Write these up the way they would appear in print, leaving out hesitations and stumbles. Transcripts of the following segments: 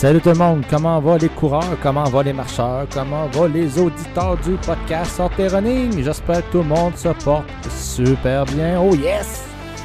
Salut tout le monde, comment va les coureurs, comment va les marcheurs, comment va les auditeurs du podcast Sortez Running? J'espère que tout le monde se porte super bien. Oh yes!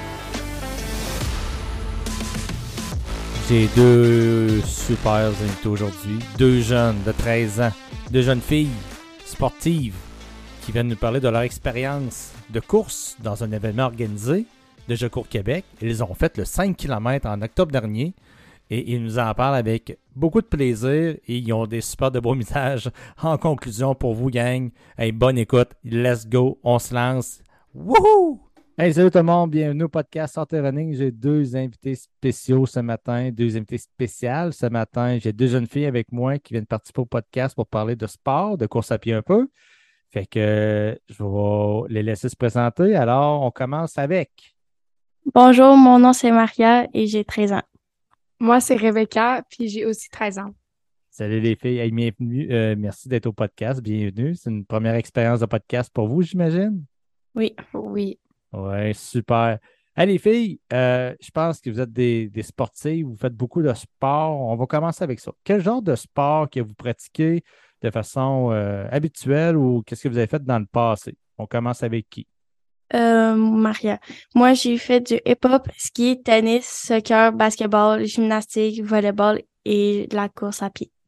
J'ai deux super invités aujourd'hui, deux jeunes de 13 ans, deux jeunes filles sportives qui viennent nous parler de leur expérience de course dans un événement organisé de Je cours Québec. Ils ont fait le 5 km en octobre dernier. Et ils nous en parlent avec beaucoup de plaisir et ils ont des super de beaux messages. En conclusion, pour vous, gang, hey, bonne écoute, let's go, on se lance. Wouhou! Hey, salut tout le monde, bienvenue au podcast Santé Running. J'ai deux invités spéciaux ce matin, deux invités spéciales ce matin. J'ai deux jeunes filles avec moi qui viennent participer au podcast pour parler de sport, de course à pied un peu. Fait que je vais les laisser se présenter. Alors, on commence avec. Bonjour, mon nom c'est Maria et j'ai 13 ans. Moi, c'est Rebecca, puis j'ai aussi 13 ans. Salut les filles, hey, bienvenue. Merci d'être au podcast, bienvenue. C'est une première expérience de podcast pour vous, j'imagine? Oui. Oui. Ouais, super. Hey les filles, je pense que vous êtes des sportives, vous faites beaucoup de sport. On va commencer avec ça. Quel genre de sport que vous pratiquez de façon habituelle ou qu'est-ce que vous avez fait dans le passé? On commence avec qui? Maria. Moi, j'ai fait du hip-hop, ski, tennis, soccer, basketball, gymnastique, volleyball et de la course à pied.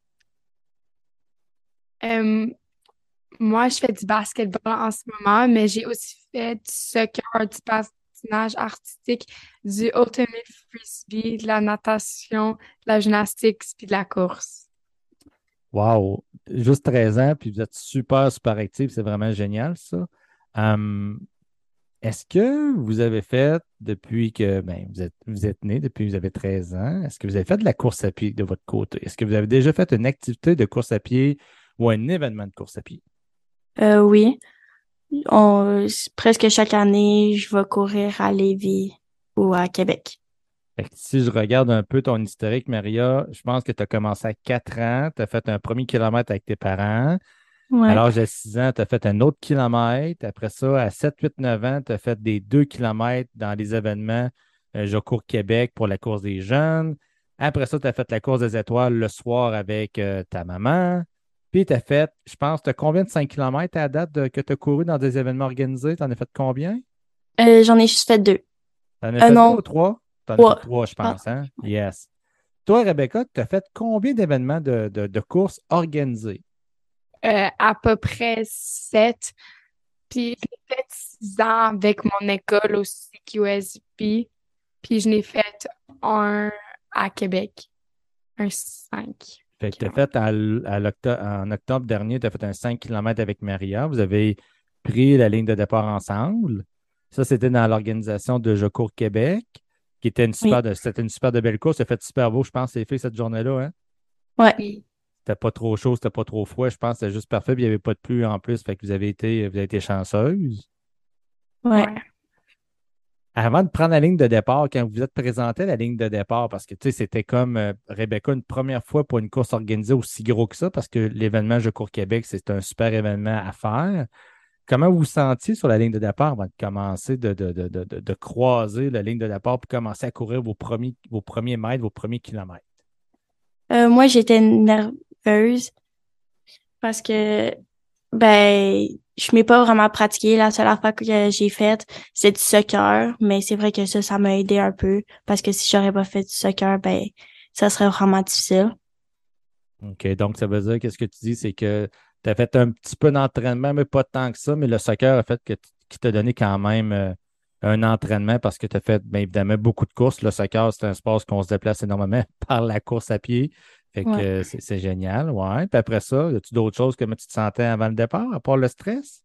Euh, Moi, je fais du basketball en ce moment, mais j'ai aussi fait du soccer, du patinage artistique, du ultimate frisbee, de la natation, de la gymnastique, puis de la course. Wow! Juste 13 ans, puis vous êtes super, super actifs, c'est vraiment génial ça. Hum, Est-ce que vous avez fait, depuis que vous êtes né, depuis que vous avez 13 ans, est-ce que vous avez fait de la course à pied de votre côté? Est-ce que vous avez déjà fait une activité de course à pied ou un événement de course à pied? Oui, presque chaque année, je vais courir à Lévis ou à Québec. Fait que si je regarde un peu ton historique, Maria, je pense que tu as commencé à 4 ans, tu as fait un premier kilomètre avec tes parents. À Ouais. l'âge de 6 ans, tu as fait un autre kilomètre. Après ça, à 7, 8, 9 ans, tu as fait des 2 kilomètres dans les événements Je cours Québec pour la course des jeunes. Après ça, tu as fait la course des étoiles le soir avec ta maman. Puis tu as fait, je pense, tu as combien de 5 kilomètres à la date que tu as couru dans des événements organisés? Tu en as fait combien? J'en ai juste fait 2. Tu en as fait deux Non, ou trois? Tu en as fait 3. 3, je Ah. pense, hein? Yes. Toi, Rebecca, tu as fait combien d'événements de courses organisés? À peu près 7. Puis j'ai fait 6 ans avec mon école au CQSB, puis je n'ai fait un à Québec, un 5 Fait que tu as km. fait en octobre dernier, tu as fait un 5 km avec Maria. Vous avez pris la ligne de départ ensemble. Ça, c'était dans l'organisation de Je cours Québec, qui était Oui. c'était une super de belle course. Ça fait super beau, je pense, les filles, cette journée-là. Hein? Ouais. Oui. C'était pas trop chaud, c'était pas trop froid. Je pense que c'était juste parfait. Puis il n'y avait pas de pluie en plus. Fait que vous avez été chanceuses. Ouais. Ouais. Avant de prendre la ligne de départ, quand vous êtes présenté à la ligne de départ, parce que tu sais, c'était comme Rebecca, une première fois pour une course organisée aussi gros que ça, parce que l'événement Je cours Québec, c'est un super événement à faire. Comment vous vous sentiez sur la ligne de départ avant de commencer de croiser la ligne de départ pour commencer à courir vos premiers mètres, vos premiers kilomètres? Moi, j'étais nerveuse parce que, ben, je m'ai pas vraiment pratiqué. La seule affaire que j'ai faite, c'est du soccer, mais c'est vrai que ça m'a aidé un peu parce que si j'aurais pas fait du soccer, ben, ça serait vraiment difficile. OK, donc ça veut dire que ce que tu dis, c'est que tu as fait un petit peu d'entraînement, mais pas tant que ça, mais le soccer a fait qui t'a donné quand même un entraînement parce que tu as fait, bien évidemment, beaucoup de courses. Le soccer, c'est un sport qu'on se déplace énormément par la course à pied. Fait que Ouais. c'est génial, ouais. Puis après ça, as-tu d'autres choses, comment tu te sentais avant le départ, à part le stress?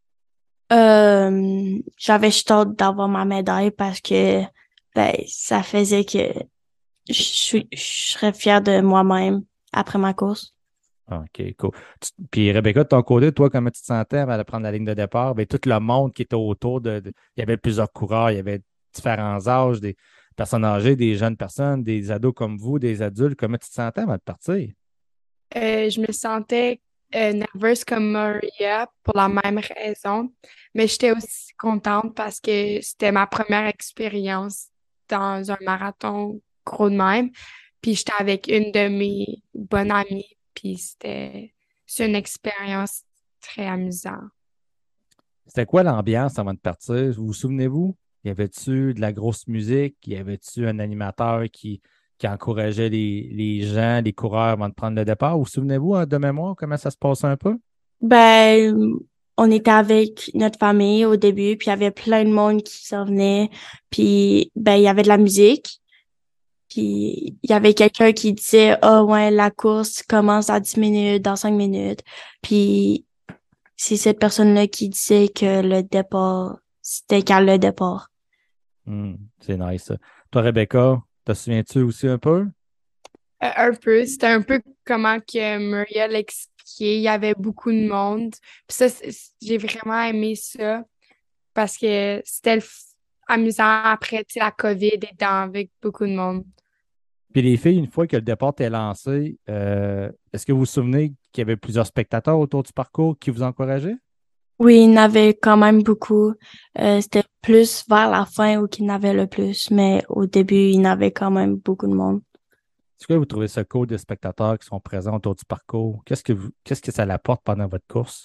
J'avais juste hâte d'avoir ma médaille parce que, ben, ça faisait que je serais fière de moi-même après ma course. OK, cool. Puis Rebecca, de ton côté, toi, comment tu te sentais avant de prendre la ligne de départ? Bien, tout le monde qui était autour il y avait plusieurs coureurs, il y avait différents âges, des personnes âgées, des jeunes personnes, des ados comme vous, des adultes. Comment tu te sentais avant de partir? Je me sentais nerveuse comme Maria pour la même raison, mais j'étais aussi contente parce que c'était ma première expérience dans un marathon gros de même. Puis j'étais avec une de mes bonnes amies, puis c'est une expérience très amusante. C'était quoi l'ambiance avant de partir? Vous vous souvenez-vous? Y avait-tu de la grosse musique? Y avait-tu un animateur qui encourageait les gens, les coureurs avant de prendre le départ? Vous souvenez-vous de mémoire comment ça se passait un peu? Ben, on était avec notre famille au début, puis il y avait plein de monde qui s'en venait, puis ben il y avait de la musique, puis il y avait quelqu'un qui disait ah ouais la course commence à 10 minutes, dans 5 minutes, puis c'est cette personne-là qui disait que le départ c'était quand le départ. C'est nice, ça. Toi, Rebecca, te souviens-tu aussi un peu? Un peu, c'était un peu comment que Muriel expliquait. Il y avait beaucoup de monde. Puis ça, j'ai vraiment aimé ça parce que c'était amusant après, tu sais, la COVID étant avec beaucoup de monde. Puis les filles, une fois que le départ était lancé, est-ce que vous vous souvenez qu'il y avait plusieurs spectateurs autour du parcours qui vous encourageaient? Oui, il y en avait quand même beaucoup. C'était plus vers la fin où il y en avait le plus, mais au début, il y en avait quand même beaucoup de monde. Est-ce que vous trouvez ça cool des spectateurs qui sont présents autour du parcours? Qu'est-ce que ça apporte pendant votre course?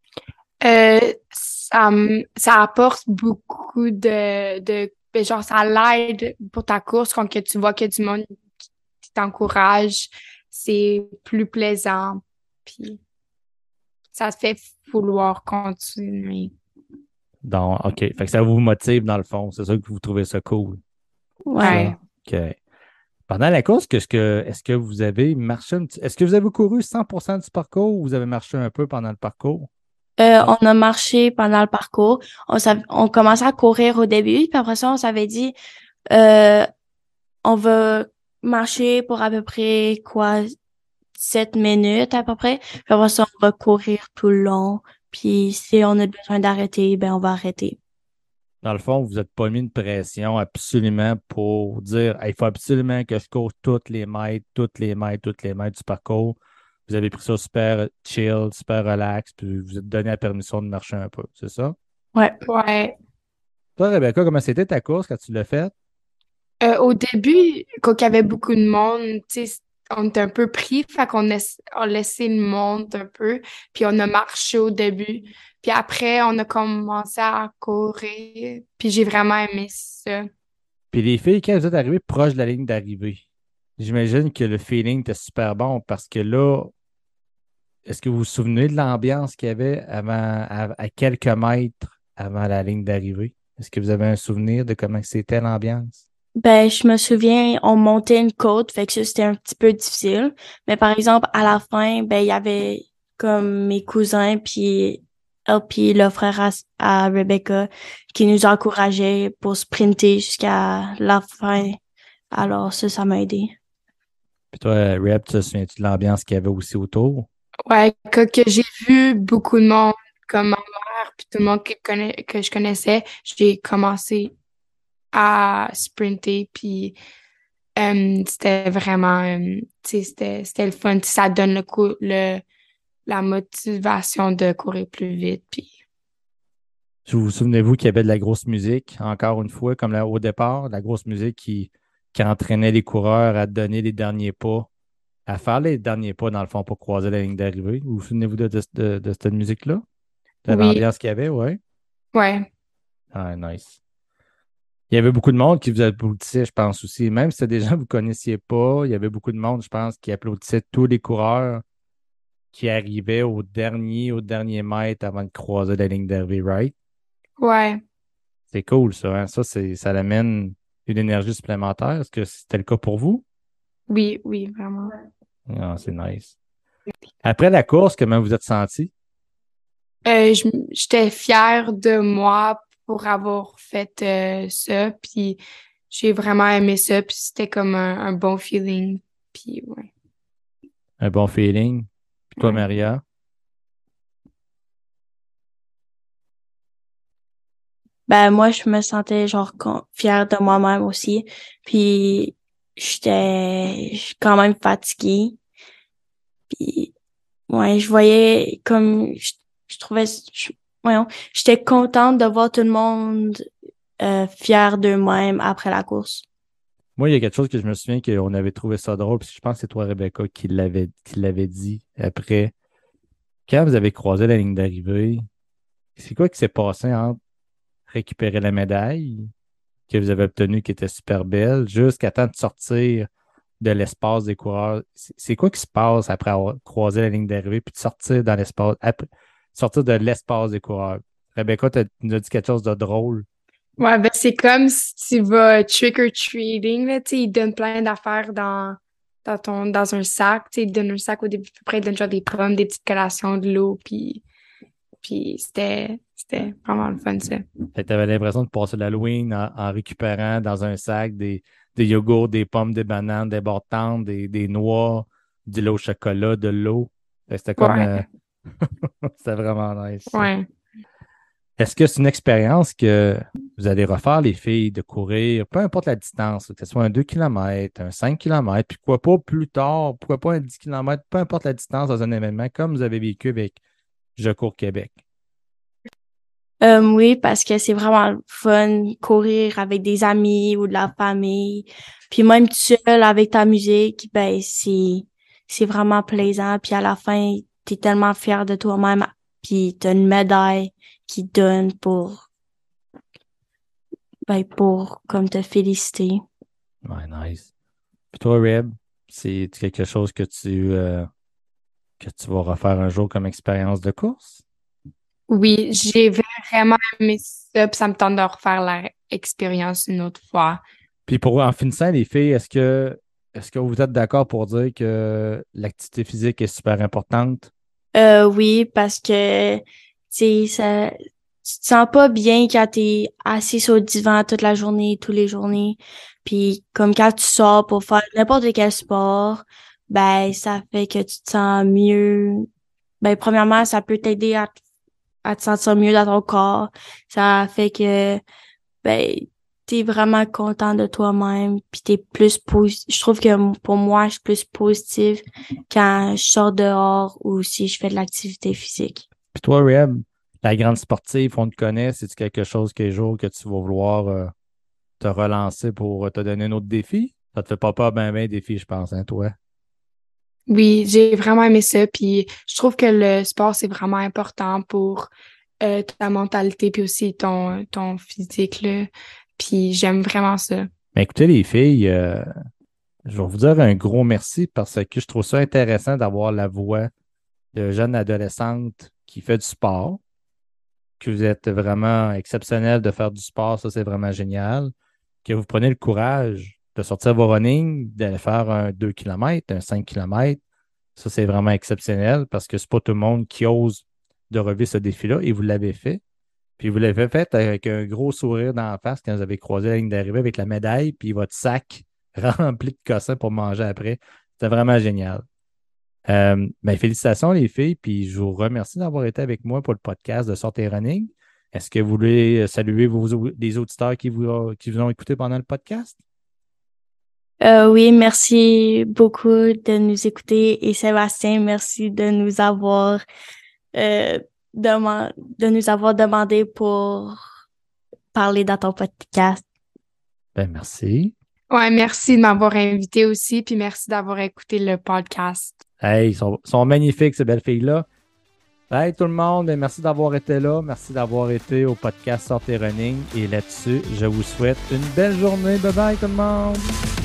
Ça apporte beaucoup ben, genre, ça l'aide pour ta course quand que tu vois que du monde qui t'encourage, c'est plus plaisant, puis ça te fait vouloir continuer. Donc, OK. Fait que ça vous motive dans le fond. C'est ça que vous trouvez ça cool. Ouais. Ouais. Ça. OK. Pendant la course, est-ce que vous avez marché est-ce que vous avez couru 100% du parcours ou vous avez marché un peu pendant le parcours? On a marché pendant le parcours. On commençait à courir au début, puis après ça, on s'avait dit, euh, on va marcher pour à peu près, quoi, 7 minutes à peu près. Puis après ça, on va courir tout le long. Puis si on a besoin d'arrêter, ben on va arrêter. Dans le fond, vous n'êtes pas mis une pression absolument pour dire il faut absolument que je cours toutes les mètres, toutes les mètres, toutes les mètres du parcours. Vous avez pris ça super chill, super relax, puis vous vous êtes donné la permission de marcher un peu, c'est ça? Ouais. Ouais. Toi, Rebecca, comment c'était ta course quand tu l'as faite? Au début, quand il y avait beaucoup de monde, tu sais, on était un peu pris, fait on laissait le monde un peu, puis on a marché au début. Puis après, on a commencé à courir, puis j'ai vraiment aimé ça. Puis les filles, quand vous êtes arrivées proche de la ligne d'arrivée, j'imagine que le feeling était super bon parce que là, est-ce que vous vous souvenez de l'ambiance qu'il y avait à quelques mètres avant la ligne d'arrivée? Est-ce que vous avez un souvenir de comment c'était l'ambiance? Ben, je me souviens, on montait une côte, fait que ça, c'était un petit peu difficile. Mais par exemple, à la fin, ben, il y avait comme mes cousins, puis elle, puis le frère à Rebecca, qui nous encourageaient pour sprinter jusqu'à la fin. Alors ça m'a aidé. Puis toi, Reb, tu te souviens-tu de l'ambiance qu'il y avait aussi autour? Ouais, que j'ai vu beaucoup de monde, comme ma mère, puis tout le monde que je connaissais, j'ai commencé à sprinter, puis c'était vraiment, tu sais, c'était le fun. Ça donne la motivation de courir plus vite. Puis, Vous vous souvenez-vous qu'il y avait de la grosse musique, encore une fois, comme là, au départ, de la grosse musique qui entraînait les coureurs à donner les derniers pas, à faire les derniers pas, dans le fond, pour croiser la ligne d'arrivée. Vous vous souvenez-vous de cette musique-là? De oui, l'ambiance qu'il y avait, ouais. ouais, Ah, nice. Il y avait beaucoup de monde qui vous applaudissait, je pense aussi. Même si c'était des gens que vous ne connaissiez pas, il y avait beaucoup de monde, je pense, qui applaudissait tous les coureurs qui arrivaient au dernier mètre avant de croiser la ligne d'arrivée, right? ouais, C'est cool, ça, hein? Ça amène une énergie supplémentaire. Est-ce que c'était le cas pour vous? oui, oui, vraiment. Ah, c'est nice. Après la course, comment vous êtes senti? J'étais fière de moi pour avoir fait ça, puis j'ai vraiment aimé ça, puis c'était comme un bon feeling. Puis, ouais, Un bon feeling. Puis toi, ouais. Maria? Ben, moi, je me sentais genre fière de moi-même aussi. Puis, j'étais quand même fatiguée. Puis, ouais, je voyais comme, je trouvais, voyons, j'étais contente de voir tout le monde fier d'eux-mêmes après la course. Moi, il y a quelque chose que je me souviens qu'on avait trouvé ça drôle, puis je pense que c'est toi, Rebecca, qui l'avait dit après. Quand vous avez croisé la ligne d'arrivée, c'est quoi qui s'est passé entre récupérer la médaille que vous avez obtenue qui était super belle, jusqu'à temps de sortir de l'espace des coureurs? C'est quoi qui se passe après avoir croisé la ligne d'arrivée puis de sortir dans l'espace, sortir de l'espace des coureurs? Rebecca, tu nous as dit quelque chose de drôle. Ouais, ben c'est comme si tu vas trick-or-treating, là, tu sais, ils donnent plein d'affaires dans un sac, tu sais, ils donnent un sac au début, puis après ils donnent genre des pommes, des petites collations, de l'eau, puis c'était vraiment le fun, ça. Tu avais l'impression de passer l'Halloween en récupérant dans un sac des yogourts, des pommes, des bananes, des bords de tendre, des noix, du lait au chocolat, de l'eau. C'était comme... Ouais, c'était vraiment nice, ça. ouais. Est-ce que c'est une expérience que vous allez refaire, les filles, de courir, peu importe la distance, que ce soit un 2 km, un 5 km, puis pourquoi pas plus tard, pourquoi pas un 10 km, peu importe la distance dans un événement, comme vous avez vécu avec Je cours Québec? Oui, parce que c'est vraiment le fun courir avec des amis ou de la famille. Puis même tout seul avec ta musique, ben c'est vraiment plaisant. Puis à la fin, t'es tellement fier de toi-même. Puis t'as une médaille qui donne pour comme te féliciter. Ouais, nice. Puis toi, Reb, c'est quelque chose que tu vas refaire un jour comme expérience de course? Oui, j'ai vraiment aimé ça, puis ça me tente de refaire l'expérience une autre fois. Puis en finissant, les filles, est-ce que vous êtes d'accord pour dire que l'activité physique est super importante? Oui, parce que tu sais, tu te sens pas bien quand t'es assis sur le divan toute la journée, tous les journées. Puis comme quand tu sors pour faire n'importe quel sport, ben ça fait que tu te sens mieux. Ben premièrement, ça peut t'aider à te sentir mieux dans ton corps. Ça fait que ben t'es vraiment content de toi-même, puis t'es plus positif. Je trouve que pour moi, je suis plus positive quand je sors dehors ou si je fais de l'activité physique. Puis toi, Reb, la grande sportive, on te connaît, c'est-tu quelque chose qu'un jour que tu vas vouloir te relancer pour te donner un autre défi? Ça te fait pas peur ben défi, je pense, hein, toi? Oui, j'ai vraiment aimé ça, puis je trouve que le sport, c'est vraiment important pour ta mentalité, puis aussi ton physique, là. Puis j'aime vraiment ça. Mais écoutez, les filles, je vais vous dire un gros merci parce que je trouve ça intéressant d'avoir la voix de jeune adolescente qui fait du sport, que vous êtes vraiment exceptionnel de faire du sport, ça c'est vraiment génial, que vous prenez le courage de sortir vos running, d'aller faire un 2 km, un 5 km, ça c'est vraiment exceptionnel parce que c'est pas tout le monde qui ose de relever ce défi-là et vous l'avez fait. Puis vous l'avez fait avec un gros sourire dans la face quand vous avez croisé la ligne d'arrivée avec la médaille puis votre sac rempli de cossins pour manger après. C'était vraiment génial. Ben, félicitations les filles, puis je vous remercie d'avoir été avec moi pour le podcast de Sortez Running. Est-ce que vous voulez saluer les auditeurs qui vous ont écouté pendant le podcast? Oui, merci beaucoup de nous écouter et Sébastien, merci euh, de nous avoir demandé pour parler dans ton podcast. Ben, merci. Ouais, merci de m'avoir invité aussi, puis merci d'avoir écouté le podcast. Hey, ils sont magnifiques, ces belles filles-là. Hey, tout le monde, ben, merci d'avoir été là. Merci d'avoir été au podcast Sortez Running. Et là-dessus, je vous souhaite une belle journée. Bye bye, tout le monde!